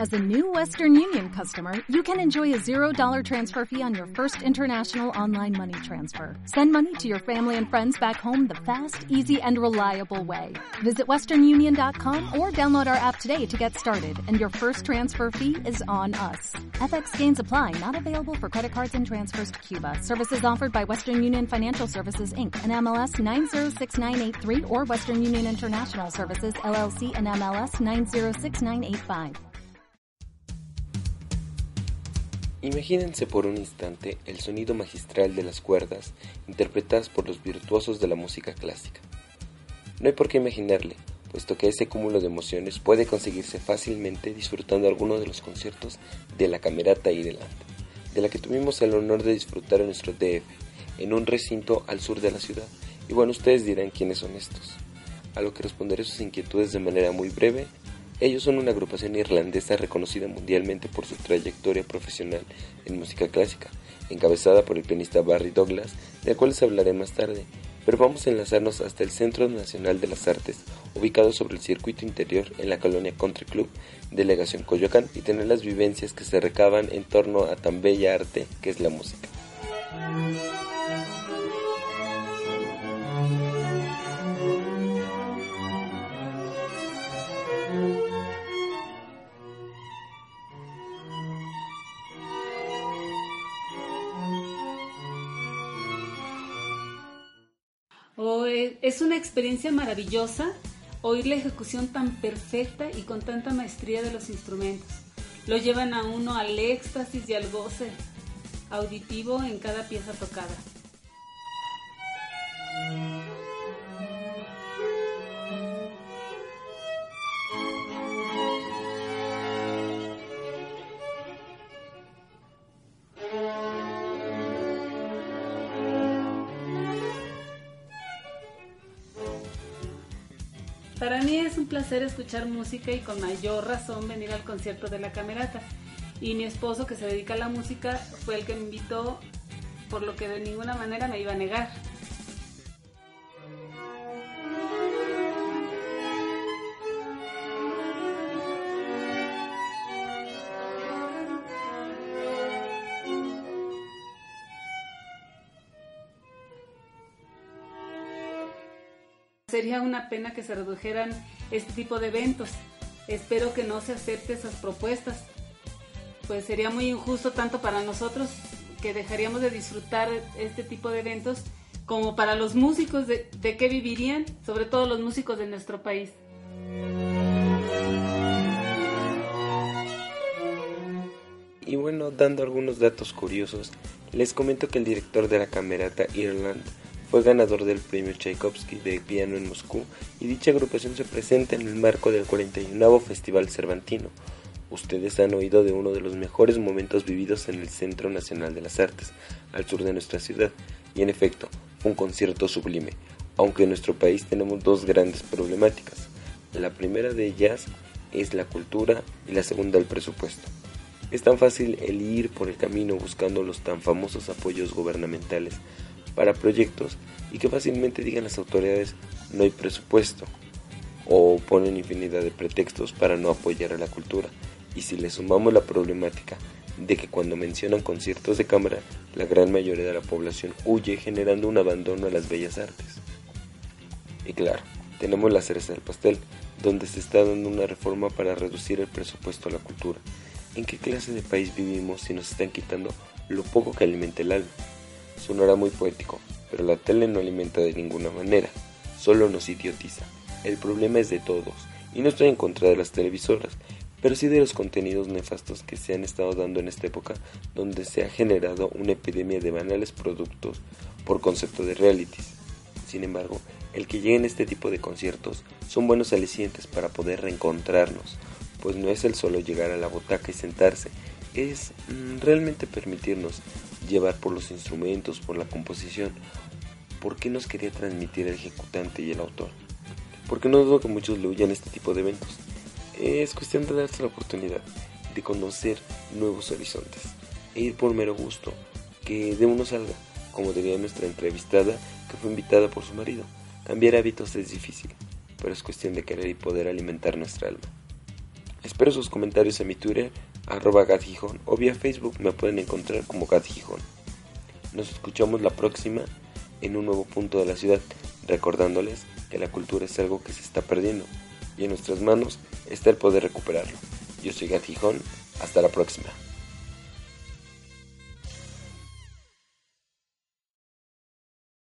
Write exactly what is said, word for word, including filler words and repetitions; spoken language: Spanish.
As a new Western Union customer, you can enjoy a zero dollars transfer fee on your first international online money transfer. Send money to your family and friends back home the fast, easy, and reliable way. Visit western union dot com or download our app today to get started, and your first transfer fee is on us. F X gains apply, not available for credit cards and transfers to Cuba. Services offered by Western Union Financial Services, Incorporated, and M L S nine zero six nine eight three or Western Union International Services, L L C, and M L S nine zero six nine eight five. Imagínense por un instante el sonido magistral de las cuerdas interpretadas por los virtuosos de la música clásica. No hay por qué imaginarle, puesto que ese cúmulo de emociones puede conseguirse fácilmente disfrutando alguno de los conciertos de la Camerata Ireland, de la que tuvimos el honor de disfrutar en nuestro D F, en un recinto al sur de la ciudad. Y bueno, ustedes dirán quiénes son estos. A lo que responderé sus inquietudes de manera muy breve. Ellos son una agrupación irlandesa reconocida mundialmente por su trayectoria profesional en música clásica, encabezada por el pianista Barry Douglas, del cual les hablaré más tarde, pero vamos a enlazarnos hasta el Centro Nacional de las Artes, ubicado sobre el circuito interior en la colonia Country Club, delegación Coyoacán, y tener las vivencias que se recaban en torno a tan bella arte que es la música. Oh, es una experiencia maravillosa oír la ejecución tan perfecta y con tanta maestría de los instrumentos. Lo llevan a uno al éxtasis y al goce auditivo en cada pieza tocada. Para mí es un placer escuchar música y con mayor razón venir al concierto de la Camerata. Y mi esposo, que se dedica a la música, fue el que me invitó, por lo que de ninguna manera me iba a negar. Sería una pena que se redujeran este tipo de eventos. Espero que no se acepte esas propuestas, pues sería muy injusto tanto para nosotros, que dejaríamos de disfrutar este tipo de eventos, como para los músicos. ¿De, de qué vivirían? Sobre todo los músicos de nuestro país. Y bueno, dando algunos datos curiosos, les comento que el director de la Camerata Ireland fue ganador del premio Tchaikovsky de piano en Moscú, y dicha agrupación se presenta en el marco del cuarenta y uno Festival Cervantino. Ustedes han oído de uno de los mejores momentos vividos en el Centro Nacional de las Artes, al sur de nuestra ciudad, y en efecto, fue un concierto sublime, aunque en nuestro país tenemos dos grandes problemáticas. La primera de ellas es la cultura y la segunda el presupuesto. Es tan fácil el ir por el camino buscando los tan famosos apoyos gubernamentales para proyectos, y que fácilmente digan las autoridades no hay presupuesto, o ponen infinidad de pretextos para no apoyar a la cultura. Y si le sumamos la problemática de que cuando mencionan conciertos de cámara, la gran mayoría de la población huye, generando un abandono a las bellas artes. Y claro, tenemos la cereza del pastel, donde se está dando una reforma para reducir el presupuesto a la cultura. ¿En qué clase de país vivimos si nos están quitando lo poco que alimenta el alma? Sonará muy poético, pero la tele no alimenta de ninguna manera, solo nos idiotiza. El problema es de todos, y no estoy en contra de las televisoras, pero sí de los contenidos nefastos que se han estado dando en esta época, donde se ha generado una epidemia de banales productos por concepto de realities. Sin embargo, el que lleguen este tipo de conciertos son buenos alicientes para poder reencontrarnos, pues no es el solo llegar a la butaca y sentarse, es mm, realmente permitirnos llevar por los instrumentos, por la composición, por qué nos quería transmitir el ejecutante y el autor. Porque no dudo que muchos le huyan a este tipo de eventos. Es cuestión de darse la oportunidad de conocer nuevos horizontes e ir por mero gusto, que de uno salga, como diría nuestra entrevistada, que fue invitada por su marido. Cambiar hábitos es difícil, pero es cuestión de querer y poder alimentar nuestra alma. Espero sus comentarios en mi Twitter, arroba gatgijón, o vía Facebook me pueden encontrar como gatgijón. Nos escuchamos la próxima en un nuevo punto de la ciudad, recordándoles que la cultura es algo que se está perdiendo y en nuestras manos está el poder recuperarlo. Yo soy Gat Gijón, hasta la próxima.